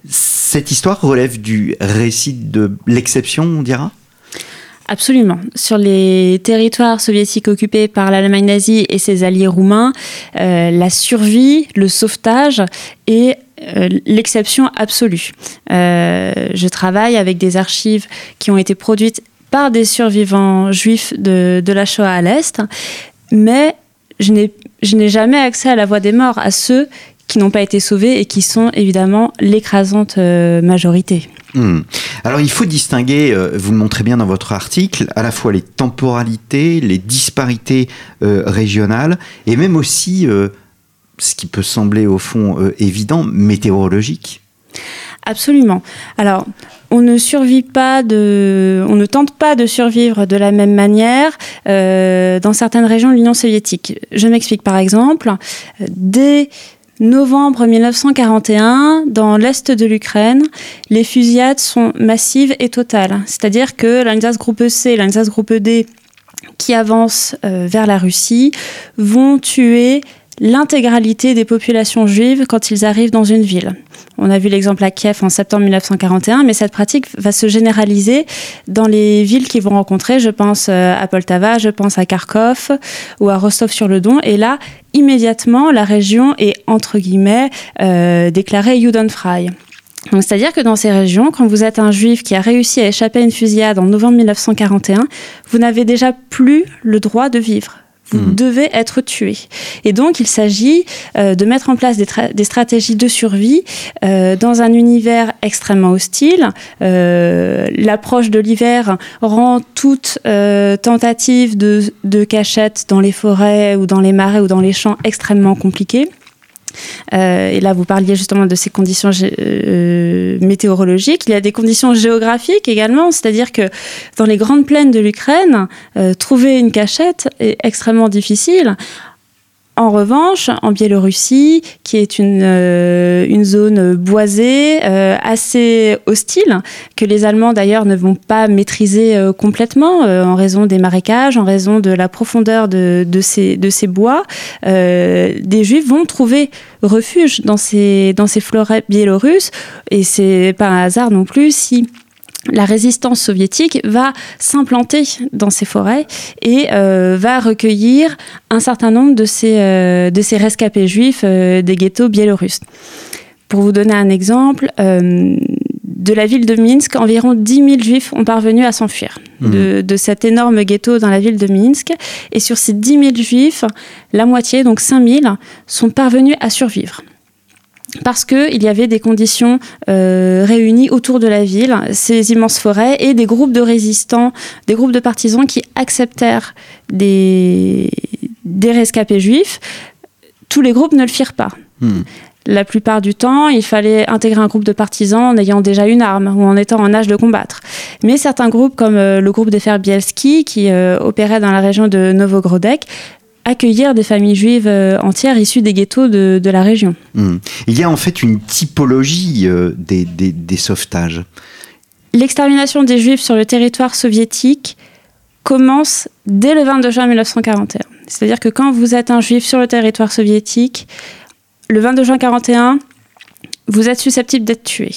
Speaker 2: Cette histoire relève du récit de l'exception, on dira ?
Speaker 4: Absolument. Sur les territoires soviétiques occupés par l'Allemagne nazie et ses alliés roumains, euh, la survie, le sauvetage est euh, l'exception absolue. Euh, je travaille avec des archives qui ont été produites par des survivants juifs de, de la Shoah à l'Est, mais je n'ai, je n'ai jamais accès à la voix des morts, à ceux qui n'ont pas été sauvés et qui sont évidemment l'écrasante euh, majorité.
Speaker 2: Mmh. Alors il faut distinguer, euh, vous le montrez bien dans votre article, à la fois les temporalités, les disparités euh, régionales et même aussi, euh, ce qui peut sembler au fond euh, évident, météorologique.
Speaker 4: Absolument. Alors, on ne survit pas de, on ne tente pas de survivre de la même manière euh, dans certaines régions de l'Union soviétique. Je m'explique par exemple, dès novembre mille neuf cent quarante et un, dans l'est de l'Ukraine, les fusillades sont massives et totales. C'est-à-dire que l'Einsatzgruppe C et l'Einsatzgruppe D, qui avancent euh, vers la Russie, vont tuer l'intégralité des populations juives quand ils arrivent dans une ville. On a vu l'exemple à Kiev en septembre mille neuf cent quarante et un, mais cette pratique va se généraliser dans les villes qu'ils vont rencontrer. Je pense à Poltava, je pense à Kharkov ou à Rostov-sur-le-Don. Et là, immédiatement, la région est, entre guillemets, euh, déclarée Judenfrei. Donc, c'est-à-dire que dans ces régions, quand vous êtes un juif qui a réussi à échapper à une fusillade en novembre mille neuf cent quarante et un, vous n'avez déjà plus le droit de vivre. Vous mmh. devez être tué. Et donc, il s'agit euh, de mettre en place des, tra- des stratégies de survie euh, dans un univers extrêmement hostile. Euh, l'approche de l'hiver rend toute euh, tentative de, de cachette dans les forêts ou dans les marais ou dans les champs extrêmement compliquée. Euh, et là, vous parliez justement de ces conditions gé- euh, météorologiques. Il y a des conditions géographiques également, c'est-à-dire que dans les grandes plaines de l'Ukraine, euh, trouver une cachette est extrêmement difficile. En revanche, en Biélorussie, qui est une, euh, une zone boisée, euh, assez hostile, que les Allemands d'ailleurs ne vont pas maîtriser euh, complètement euh, en raison des marécages, en raison de la profondeur de, de, ces, de ces bois, euh, des Juifs vont trouver refuge dans ces, dans ces forêts biélorusses. Et c'est pas un hasard non plus si la résistance soviétique va s'implanter dans ces forêts et euh, va recueillir un certain nombre de ces, euh, de ces rescapés juifs euh, des ghettos biélorusses. Pour vous donner un exemple, euh, de la ville de Minsk, environ dix mille juifs ont parvenu à s'enfuir mmh. de, de cet énorme ghetto dans la ville de Minsk. Et sur ces dix mille juifs, la moitié, donc cinq mille, sont parvenus à survivre. Parce qu'il y avait des conditions euh, réunies autour de la ville, ces immenses forêts, et des groupes de résistants, des groupes de partisans qui acceptèrent des, des rescapés juifs. Tous les groupes ne le firent pas. Mmh. La plupart du temps, il fallait intégrer un groupe de partisans en ayant déjà une arme ou en étant en âge de combattre. Mais certains groupes, comme euh, le groupe des frères Bielski, qui euh, opérait dans la région de Novogrodeck, accueillir des familles juives euh, entières issues des ghettos de, de la région.
Speaker 2: Mmh. Il y a en fait une typologie euh, des, des, des sauvetages.
Speaker 4: L'extermination des Juifs sur le territoire soviétique commence dès le vingt-deux juin mille neuf cent quarante et un. C'est-à-dire que quand vous êtes un Juif sur le territoire soviétique, le vingt-deux juin quarante et un, vous êtes susceptible d'être tué.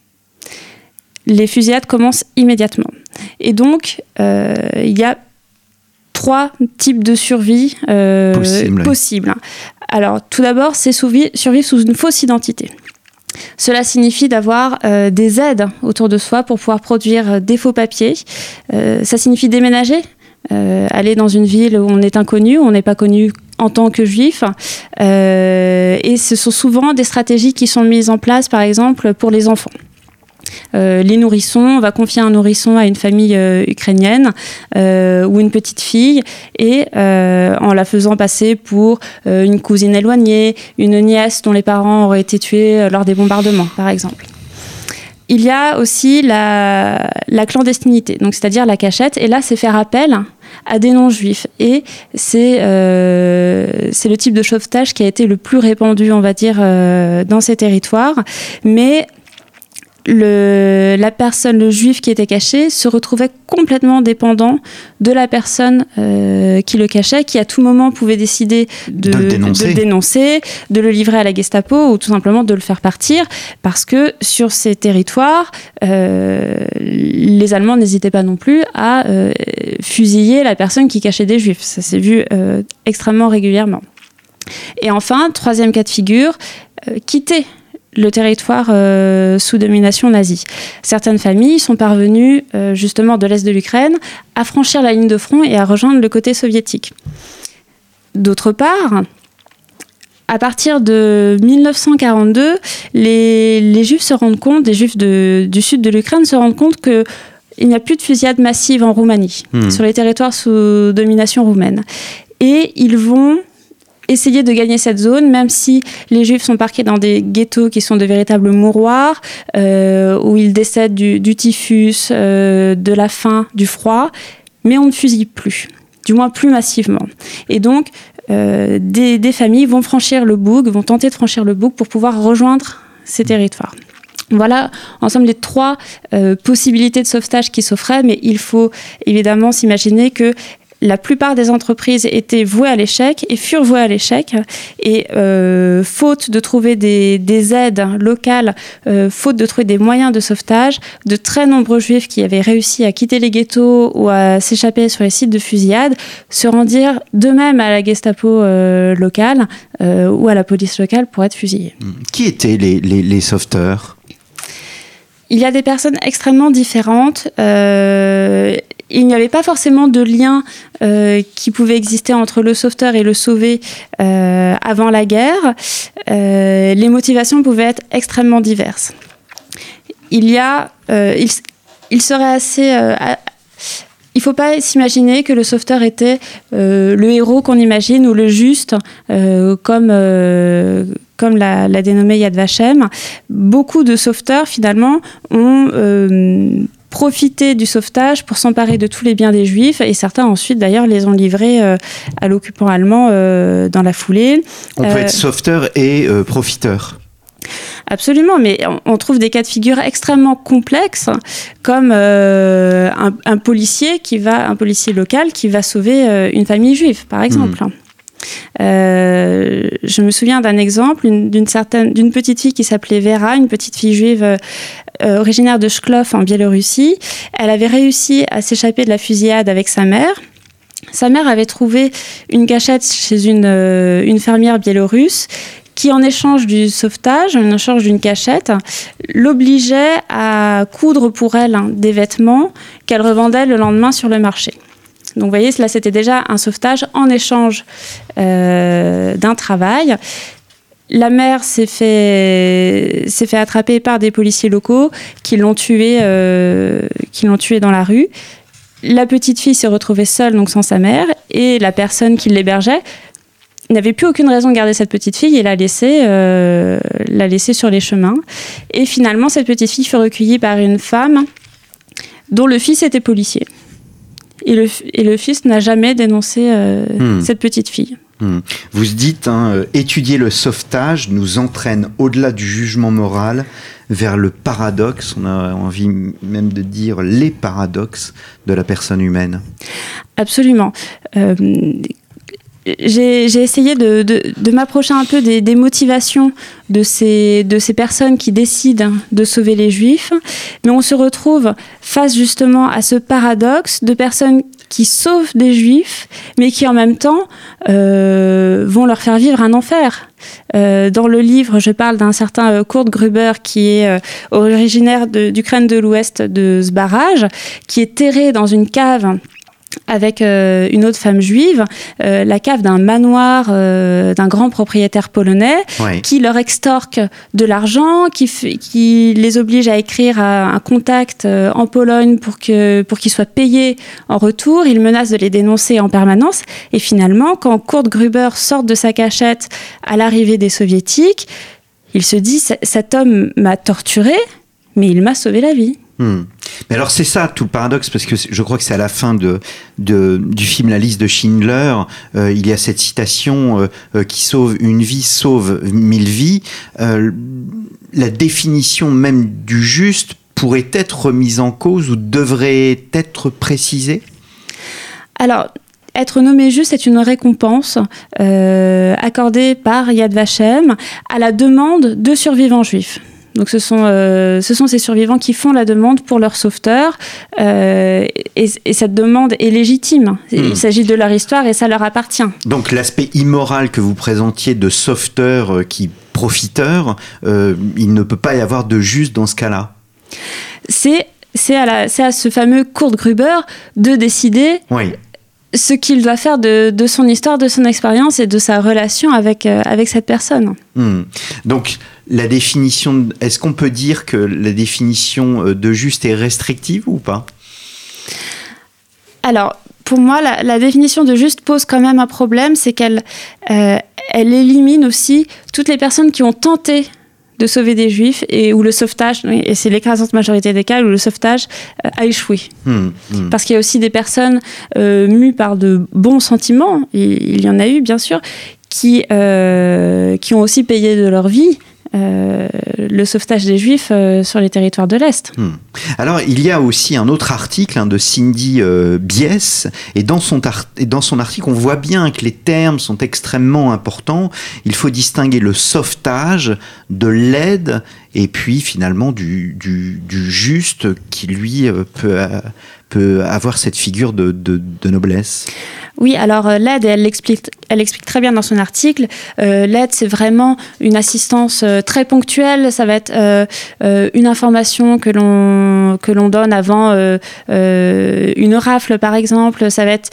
Speaker 4: Les fusillades commencent immédiatement. Et donc, euh, il y a trois types de survie euh, Possible. possibles. Alors, tout d'abord, c'est survivre sous une fausse identité. Cela signifie d'avoir euh, des aides autour de soi pour pouvoir produire des faux papiers. Euh, ça signifie déménager, euh, aller dans une ville où on est inconnu, où on n'est pas connu en tant que juif. Euh, et ce sont souvent des stratégies qui sont mises en place, par exemple, pour les enfants. Euh, les nourrissons, on va confier un nourrisson à une famille euh, ukrainienne euh, ou une petite fille et euh, en la faisant passer pour euh, une cousine éloignée, une nièce dont les parents auraient été tués lors des bombardements, par exemple. Il y a aussi la, la clandestinité, donc c'est-à-dire la cachette, et là c'est faire appel à des non-juifs. Et c'est, euh, c'est le type de sauvetage qui a été le plus répandu, on va dire, euh, dans ces territoires. Mais Le, la personne, le juif qui était caché, se retrouvait complètement dépendant de la personne euh, qui le cachait, qui à tout moment pouvait décider de,
Speaker 2: de, le dénoncer.
Speaker 4: de le dénoncer, de le livrer à la Gestapo ou tout simplement de le faire partir, parce que sur ces territoires, euh, les Allemands n'hésitaient pas non plus à euh, fusiller la personne qui cachait des juifs. Ça s'est vu euh, extrêmement régulièrement. Et enfin, troisième cas de figure, euh, quitter le territoire euh, sous domination nazie. Certaines familles sont parvenues euh, justement de l'Est de l'Ukraine à franchir la ligne de front et à rejoindre le côté soviétique. D'autre part, à partir de mille neuf cent quarante-deux, les, les Juifs se rendent compte, les Juifs de, du sud de l'Ukraine se rendent compte que il n'y a plus de fusillade massive en Roumanie, mmh. sur les territoires sous domination roumaine. Et ils vont essayer de gagner cette zone, même si les Juifs sont parqués dans des ghettos qui sont de véritables mouroirs, euh, où ils décèdent du, du typhus, euh, de la faim, du froid, mais on ne fusille plus, du moins plus massivement. Et donc, euh, des, des familles vont franchir le Boug, vont tenter de franchir le Boug pour pouvoir rejoindre ces territoires. Voilà, en somme, les trois euh, possibilités de sauvetage qui s'offraient, mais il faut évidemment s'imaginer que la plupart des entreprises étaient vouées à l'échec et furent vouées à l'échec. Et euh, faute de trouver des, des aides locales, euh, faute de trouver des moyens de sauvetage, de très nombreux Juifs qui avaient réussi à quitter les ghettos ou à s'échapper sur les sites de fusillade se rendirent d'eux-mêmes à la Gestapo euh, locale euh, ou à la police locale pour être fusillés.
Speaker 2: Qui étaient les, les, les sauveteurs ?
Speaker 4: Il y a des personnes extrêmement différentes. Euh, il n'y avait pas forcément de lien euh, qui pouvait exister entre le sauveteur et le sauvé euh, avant la guerre. Euh, les motivations pouvaient être extrêmement diverses. Il y a, euh, il, il serait assez... Euh, à, il ne faut pas s'imaginer que le sauveteur était euh, le héros qu'on imagine ou le juste, euh, comme, euh, comme l'a, l'a dénommé Yad Vashem. Beaucoup de sauveteurs, finalement, ont euh, profité du sauvetage pour s'emparer de tous les biens des Juifs, et certains, ensuite, d'ailleurs, les ont livrés euh, à l'occupant allemand euh, dans la foulée.
Speaker 2: On peut
Speaker 4: euh,
Speaker 2: être sauveteur et euh, profiteur.
Speaker 4: Absolument, mais on trouve des cas de figure extrêmement complexes, comme euh, un, un policier qui va, un policier local qui va sauver euh, une famille juive, par exemple. Mmh. Euh, je me souviens d'un exemple une, d'une certaine, d'une petite fille qui s'appelait Vera, une petite fille juive euh, originaire de Shklov en Biélorussie. Elle avait réussi à s'échapper de la fusillade avec sa mère. Sa mère avait trouvé une cachette chez une, euh, une fermière biélorusse qui, en échange du sauvetage, en échange d'une cachette, l'obligeait à coudre pour elle hein, des vêtements qu'elle revendait le lendemain sur le marché. Donc, vous voyez, là, c'était déjà un sauvetage en échange euh, d'un travail. La mère s'est fait, s'est fait attraper par des policiers locaux qui l'ont tuée, euh, qui l'ont tuée dans la rue. La petite fille s'est retrouvée seule, donc sans sa mère, et la personne qui l'hébergeait n'avait plus aucune raison de garder cette petite fille et l'a laissée, euh, l'a laissée sur les chemins. Et finalement, cette petite fille fut recueillie par une femme dont le fils était policier. Et le, et le fils n'a jamais dénoncé euh, mmh. cette petite fille.
Speaker 2: Mmh. Vous dites, hein, euh, étudier le sauvetage nous entraîne au-delà du jugement moral vers le paradoxe, on a envie même de dire les paradoxes de la personne humaine.
Speaker 4: Absolument. Euh, J'ai, j'ai essayé de, de, de m'approcher un peu des, des motivations de ces, de ces personnes qui décident de sauver les Juifs, mais on se retrouve face justement à ce paradoxe de personnes qui sauvent des Juifs, mais qui en même temps euh, vont leur faire vivre un enfer. Euh, dans le livre, je parle d'un certain euh, Kurt Gruber qui est euh, originaire de, d'Ukraine de l'Ouest, de ce barrage, qui est terré dans une cave avec euh, une autre femme juive, euh, la cave d'un manoir euh, d'un grand propriétaire polonais
Speaker 2: ouais.
Speaker 4: qui leur extorque de l'argent, qui, f- qui les oblige à écrire à un contact euh, en Pologne pour, que, pour qu'ils soient payés en retour. Il menace de les dénoncer en permanence. Et finalement, quand Kurt Gruber sort de sa cachette à l'arrivée des Soviétiques, il se dit « cet homme m'a torturé, mais il m'a sauvé la vie ».
Speaker 2: Hmm. Mais alors c'est ça tout le paradoxe, parce que je crois que c'est à la fin de, de, du film La liste de Schindler, euh, il y a cette citation euh, euh, qui sauve une vie sauve mille vies. Euh, la définition même du juste pourrait être remise en cause ou devrait être précisée ?
Speaker 4: Alors, être nommé juste est une récompense euh, accordée par Yad Vashem à la demande de survivants juifs. Donc ce sont, euh, ce sont ces survivants qui font la demande pour leur sauveteur euh, et, et cette demande est légitime. Mmh. Il s'agit de leur histoire et ça leur appartient. Donc
Speaker 2: l'aspect immoral que vous présentiez de sauveteur qui profiteur, euh, il ne peut pas y avoir de juste dans ce cas-là.
Speaker 4: C'est, c'est, à, la, c'est à ce fameux Kurt Gruber de décider...
Speaker 2: Oui.
Speaker 4: ce qu'il doit faire de, de son histoire, de son expérience et de sa relation avec, euh, avec cette personne.
Speaker 2: Mmh. Donc, la définition, est-ce qu'on peut dire que la définition de juste est restrictive ou pas ?
Speaker 4: Alors, pour moi, la, la définition de juste pose quand même un problème, c'est qu'elle euh, elle élimine aussi toutes les personnes qui ont tenté de sauver des juifs et où le sauvetage, et c'est l'écrasante majorité des cas où le sauvetage euh, a échoué. Mmh, mmh. Parce qu'il y a aussi des personnes euh, mues par de bons sentiments, et il y en a eu bien sûr, qui, euh, qui ont aussi payé de leur vie euh, le sauvetage des Juifs euh, sur les territoires de l'Est.
Speaker 2: Mmh. Alors, il y a aussi un autre article hein, de Cindy euh, Bies, et dans, son tar- et dans son article, on voit bien que les termes sont extrêmement importants. Il faut distinguer le sauvetage de l'aide, et puis finalement du, du, du juste qui, lui, euh, peut, euh, peut avoir cette figure de, de, de noblesse.
Speaker 4: Oui, alors euh, l'aide, elle l'explique, elle explique très bien dans son article. Euh, l'aide, c'est vraiment une assistance euh, très ponctuelle. Ça va être euh, euh, une information que l'on, que l'on donne avant euh, euh, une rafle, par exemple. Ça va être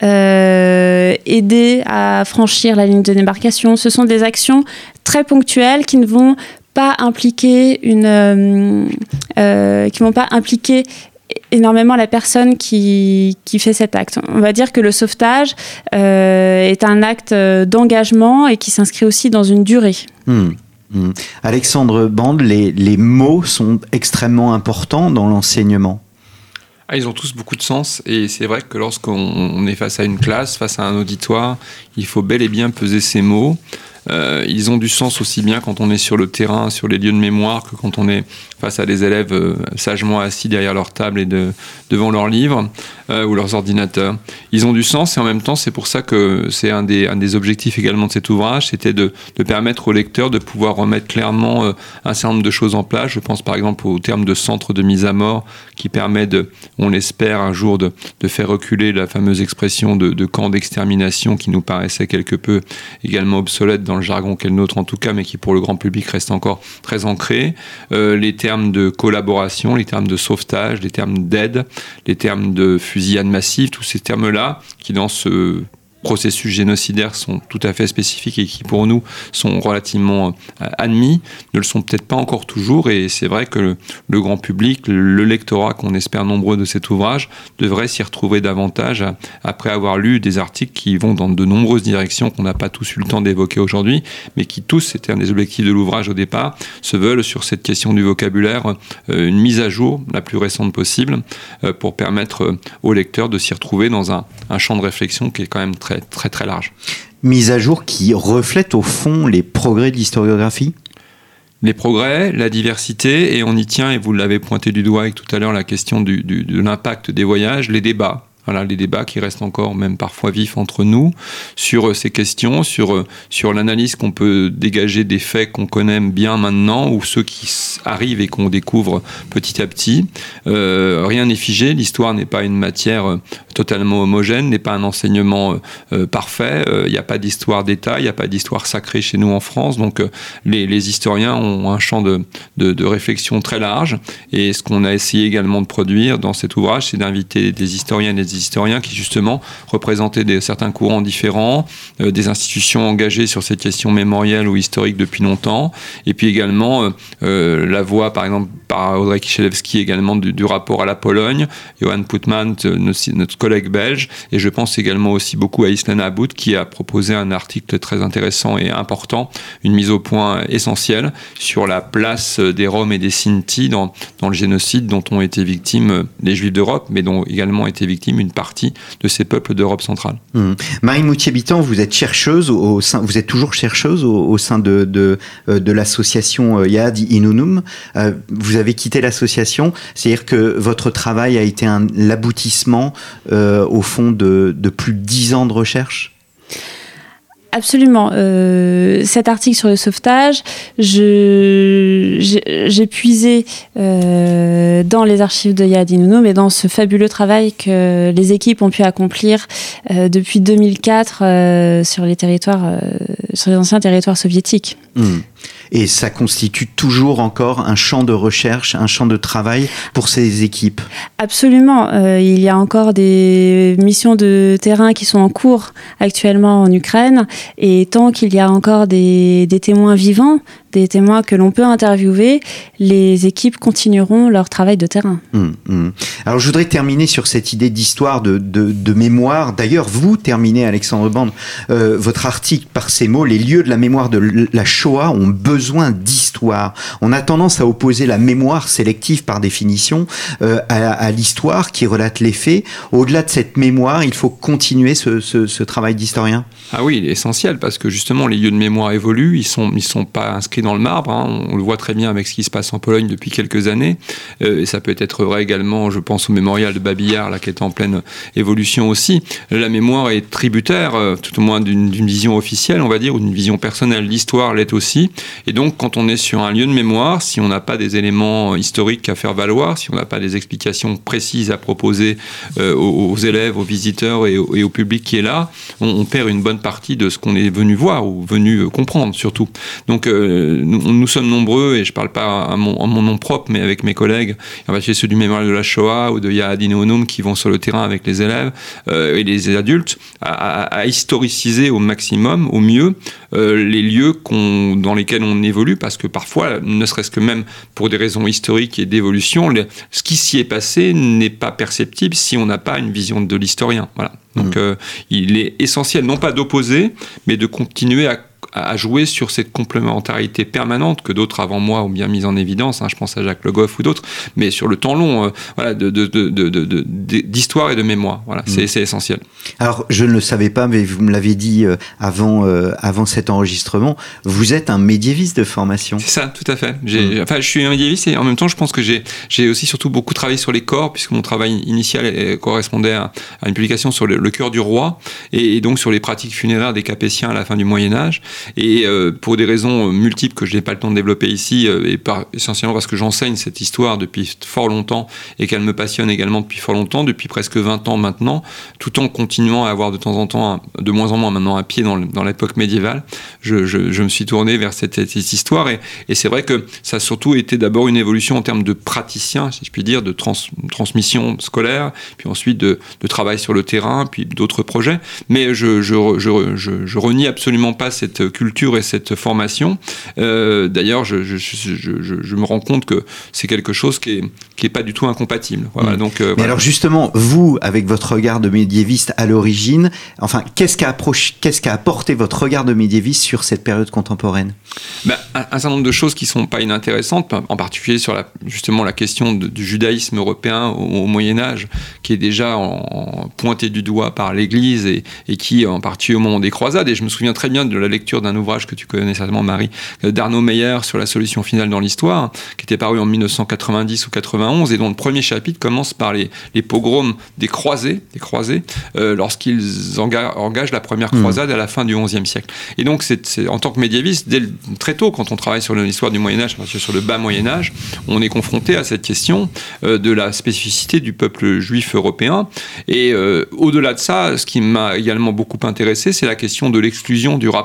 Speaker 4: euh, aider à franchir la ligne de démarcation. Ce sont des actions très ponctuelles qui ne vont pas impliquer une, euh, euh, qui vont pas impliquer énormément la personne qui, qui fait cet acte. On va dire que le sauvetage euh, est un acte d'engagement et qui s'inscrit aussi dans une durée.
Speaker 2: Mmh. Mmh. Alexandre Bande, les, les mots sont extrêmement importants dans l'enseignement.
Speaker 3: Ah, ils ont tous beaucoup de sens et c'est vrai que lorsqu'on est face à une classe, face à un auditoire, il faut bel et bien peser ces mots. Euh, ils ont du sens aussi bien quand on est sur le terrain, sur les lieux de mémoire, que quand on est face à des élèves euh, sagement assis derrière leur table et de, devant leurs livres euh, ou leurs ordinateurs. Ils ont du sens et en même temps, c'est pour ça que c'est un des, un des objectifs également de cet ouvrage, c'était de, de permettre aux lecteurs de pouvoir remettre clairement euh, un certain nombre de choses en place. Je pense par exemple au terme de centre de mise à mort qui permet, de, on l'espère, un jour de, de faire reculer la fameuse expression de, de camp d'extermination qui nous paraissait quelque peu également obsolète dans le jargon qu'est le nôtre en tout cas, mais qui pour le grand public reste encore très ancré. Euh, les termes de collaboration, les termes de sauvetage, les termes d'aide, les termes de fusillade massive, tous ces termes-là qui dans ce processus génocidaires sont tout à fait spécifiques et qui pour nous sont relativement euh, admis, ne le sont peut-être pas encore toujours et c'est vrai que le, le grand public, le lectorat qu'on espère nombreux de cet ouvrage devrait s'y retrouver davantage à, après avoir lu des articles qui vont dans de nombreuses directions qu'on n'a pas tous eu le temps d'évoquer aujourd'hui, mais qui tous, c'était un des objectifs de l'ouvrage au départ, se veulent sur cette question du vocabulaire euh, une mise à jour la plus récente possible euh, pour permettre euh, aux lecteurs de s'y retrouver dans un, un champ de réflexion qui est quand même très très très large.
Speaker 2: Mise à jour qui reflète au fond les progrès de l'historiographie ?
Speaker 3: Les progrès, la diversité, et on y tient, et vous l'avez pointé du doigt avec tout à l'heure la question du, du, de l'impact des voyages, les débats. Voilà, les débats qui restent encore même parfois vifs entre nous sur ces questions, sur, sur l'analyse qu'on peut dégager des faits qu'on connaît bien maintenant ou ceux qui arrivent et qu'on découvre petit à petit. Euh, rien n'est figé, l'histoire n'est pas une matière totalement homogène, n'est pas un enseignement euh, parfait. Il euh, n'y a pas d'histoire d'État, il n'y a pas d'histoire sacrée chez nous en France. Donc euh, les, les historiens ont un champ de, de, de réflexion très large. Et ce qu'on a essayé également de produire dans cet ouvrage, c'est d'inviter des historiens et des des historiens qui justement représentaient des, certains courants différents, euh, des institutions engagées sur cette question mémorielle ou historique depuis longtemps, et puis également euh, la voix, par exemple, par Audrey Kisielewski également du, du rapport à la Pologne, Johan Putman, notre, notre collègue belge, et je pense également aussi beaucoup à Islena Aboud qui a proposé un article très intéressant et important, une mise au point essentielle sur la place des Roms et des Sinti dans, dans le génocide dont ont été victimes les Juifs d'Europe, mais dont également été victime une partie de ces peuples d'Europe centrale.
Speaker 2: Mmh. Marie Moutier-Bitan, vous êtes chercheuse au, au sein, vous êtes toujours chercheuse au, au sein de, de, de l'association Yad Inunum. Euh, vous avez quitté l'association, c'est-à-dire que votre travail a été un, l'aboutissement euh, au fond de, de plus de dix ans de recherche?
Speaker 4: Absolument. Euh, cet article sur le sauvetage, je, j'ai, j'ai puisé euh, dans les archives de Yad Inunum et dans ce fabuleux travail que les équipes ont pu accomplir euh, depuis deux mille quatre euh, sur les territoires, euh, sur les anciens territoires soviétiques.
Speaker 2: Mmh. Et ça constitue toujours encore un champ de recherche, un champ de travail pour ces équipes.
Speaker 4: Absolument. Euh, il y a encore des missions de terrain qui sont en cours actuellement en Ukraine. Et tant qu'il y a encore des, des témoins vivants, des témoins que l'on peut interviewer, les équipes continueront leur travail de terrain.
Speaker 2: Mmh, mmh. Alors je voudrais terminer sur cette idée d'histoire, de, de, de mémoire. D'ailleurs, vous terminez, Alexandre Bande, euh, votre article par ces mots: les lieux de la mémoire de la Shoah ont besoin d'histoire. On a tendance à opposer la mémoire sélective par définition euh, à, à l'histoire qui relate les faits. Au-delà de cette mémoire, il faut continuer ce, ce, ce travail d'historien.
Speaker 3: Ah oui, il est essentiel parce que justement les lieux de mémoire évoluent, ils sont, ils sont pas inscrits dans le marbre, hein. On le voit très bien avec ce qui se passe en Pologne depuis quelques années, euh, et ça peut être vrai également, je pense au mémorial de Babillard là, qui est en pleine évolution aussi. La mémoire est tributaire, euh, tout au moins d'une, d'une vision officielle, on va dire, ou d'une vision personnelle. L'histoire l'est aussi, et donc quand on est sur un lieu de mémoire, si on n'a pas des éléments historiques à faire valoir, si on n'a pas des explications précises à proposer euh, aux, aux élèves, aux visiteurs et au, et au public qui est là, on, on perd une bonne partie de ce qu'on est venu voir ou venu comprendre surtout. Donc euh, nous, nous sommes nombreux, et je ne parle pas à mon, à mon nom propre, mais avec mes collègues, en particulier ceux du mémorial de la Shoah ou de Yad Inunum qui vont sur le terrain avec les élèves euh, et les adultes, à, à, à historiciser au maximum, au mieux, euh, les lieux qu'on, dans lesquels on évolue, parce que parfois, ne serait-ce que même pour des raisons historiques et d'évolution, les, ce qui s'y est passé n'est pas perceptible si on n'a pas une vision de l'historien. Voilà. Donc, mmh. euh, il est essentiel, non pas d'opposer, mais de continuer à à jouer sur cette complémentarité permanente que d'autres avant moi ont bien mise en évidence, hein, je pense à Jacques Le Goff ou d'autres, mais sur le temps long, euh, voilà, de, de, de, de, de, de, d'histoire et de mémoire, voilà, mmh. c'est, c'est essentiel.
Speaker 2: Alors, je ne le savais pas, mais vous me l'avez dit euh, avant, euh, avant cet enregistrement, vous êtes un médiéviste de formation. C'est
Speaker 3: ça, tout à fait. J'ai, mmh. Enfin, je suis un médiéviste et en même temps, je pense que j'ai, j'ai aussi surtout beaucoup travaillé sur les corps, puisque mon travail initial est, correspondait à, à une publication sur le, le cœur du roi, et, et donc sur les pratiques funéraires des Capétiens à la fin du Moyen-Âge. Et euh, pour des raisons multiples que je n'ai pas le temps de développer ici, euh, et par, essentiellement parce que j'enseigne cette histoire depuis fort longtemps et qu'elle me passionne également depuis fort longtemps, depuis presque vingt ans maintenant, tout en continuant à avoir de temps en temps, un, de moins en moins maintenant, un pied dans, le, dans l'époque médiévale, je, je, je me suis tourné vers cette, cette histoire. Et, et c'est vrai que ça a surtout été d'abord une évolution en termes de praticien, si je puis dire, de trans, transmission scolaire, puis ensuite de, de travail sur le terrain, puis d'autres projets. Mais je, je, je, je, je renie absolument pas cette culture et cette formation. Euh, d'ailleurs, je, je, je, je, je me rends compte que c'est quelque chose qui est, qui est pas du tout incompatible. Voilà, mmh. donc, euh,
Speaker 2: Mais
Speaker 3: voilà.
Speaker 2: alors justement, vous, avec votre regard de médiéviste à l'origine, enfin, qu'est-ce qu'a approché, qu'est-ce qu'a apporté votre regard de médiéviste sur cette période contemporaine ?
Speaker 3: Ben, un, un certain nombre de choses qui sont pas inintéressantes, en particulier sur la, justement la question de, du judaïsme européen au, au Moyen-Âge, qui est déjà en, en pointé du doigt par l'Église et, et qui, en particulier au moment des croisades, et je me souviens très bien de la lecture d'un ouvrage que tu connais certainement, Marie, d'Arnaud Meyer sur la solution finale dans l'histoire, qui était paru en dix-neuf cent quatre-vingt-dix ou quatre-vingt-onze, et dont le premier chapitre commence par les, les pogroms des croisés, des croisés euh, lorsqu'ils enga- engagent la première croisade mmh. à la fin du onzième siècle. Et donc, c'est, c'est, en tant que médiéviste, dès le, très tôt, quand on travaille sur l'histoire du Moyen-Âge, sur le bas Moyen-Âge, on est confronté à cette question euh, de la spécificité du peuple juif européen. Et euh, au-delà de ça, ce qui m'a également beaucoup intéressé, c'est la question de l'exclusion du rapport à l'autre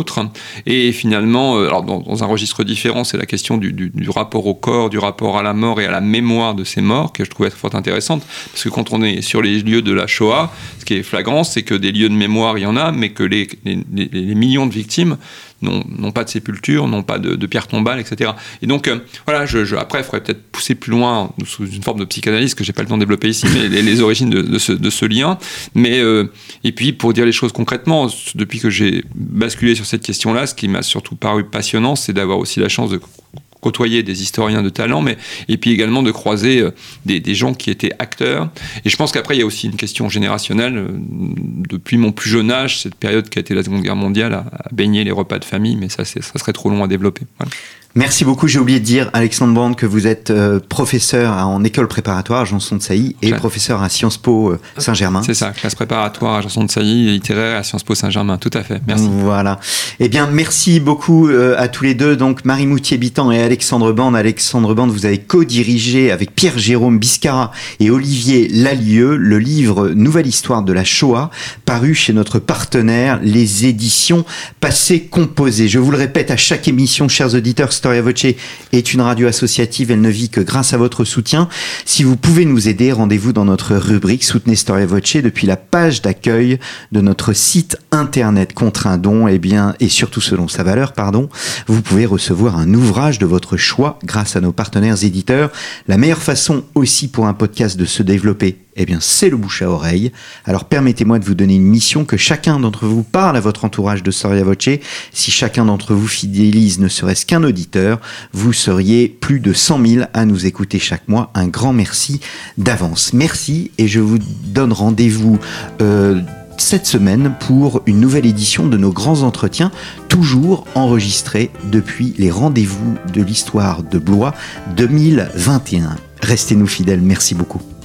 Speaker 3: autre. Et finalement, alors dans, dans un registre différent, c'est la question du, du, du rapport au corps, du rapport à la mort et à la mémoire de ces morts, que je trouvais fort intéressante. Parce que quand on est sur les lieux de la Shoah, ce qui est flagrant, c'est que des lieux de mémoire, il y en a, mais que les, les, les, les millions de victimes n'ont, n'ont pas de sépulture, n'ont pas de, de pierre tombale, et cetera. Et donc, euh, voilà, je, je, après, il faudrait peut-être pousser plus loin, sous une forme de psychanalyse que je n'ai pas le temps de développer ici, mais les, les origines de, de, ce, de ce lien. Mais, euh, et puis, pour dire les choses concrètement, depuis que j'ai basculé sur cette question-là, ce qui m'a surtout paru passionnant, c'est d'avoir aussi la chance de côtoyer des historiens de talent, mais et puis également de croiser euh, des, des gens qui étaient acteurs. Et je pense qu'après, il y a aussi une question générationnelle. Euh, depuis mon plus jeune âge, cette période qui a été la Seconde Guerre mondiale, a, a baigné les repas de famille, mais ça, c'est, ça serait trop long à développer. Voilà.
Speaker 2: Merci beaucoup. J'ai oublié de dire, Alexandre Bande, que vous êtes euh, professeur en école préparatoire à Janson de Sailly et
Speaker 3: Claire. professeur
Speaker 2: à Sciences Po euh, Saint-Germain.
Speaker 3: C'est ça, classe préparatoire à Janson de Sailly et littéraire à Sciences Po Saint-Germain. Tout à fait. Merci.
Speaker 2: Voilà. Eh bien, merci beaucoup euh, à tous les deux. Donc, Marie Moutier-Bitan et Alexandre Bande. Alexandre Bande, vous avez co-dirigé avec Pierre-Jérôme Biscara et Olivier Lallieu le livre Nouvelle histoire de la Shoah, paru chez notre partenaire, les éditions Passé Composé. Je vous le répète à chaque émission, chers auditeurs, Storia Voce est une radio associative, elle ne vit que grâce à votre soutien. Si vous pouvez nous aider, rendez-vous dans notre rubrique Soutenez Storia Voce depuis la page d'accueil de notre site internet. Contre un don, et bien, et surtout selon sa valeur, pardon, vous pouvez recevoir un ouvrage de votre choix grâce à nos partenaires éditeurs. La meilleure façon aussi pour un podcast de se développer, eh bien, c'est le bouche à oreille. Alors, permettez-moi de vous donner une mission, que chacun d'entre vous parle à votre entourage de Storia Voce. Si chacun d'entre vous fidélise ne serait-ce qu'un auditeur, vous seriez plus de cent mille à nous écouter chaque mois. Un grand merci d'avance. Merci, et je vous donne rendez-vous euh, cette semaine pour une nouvelle édition de nos grands entretiens, toujours enregistrés depuis les rendez-vous de l'histoire de Blois deux mille vingt et un. Restez-nous fidèles. Merci beaucoup.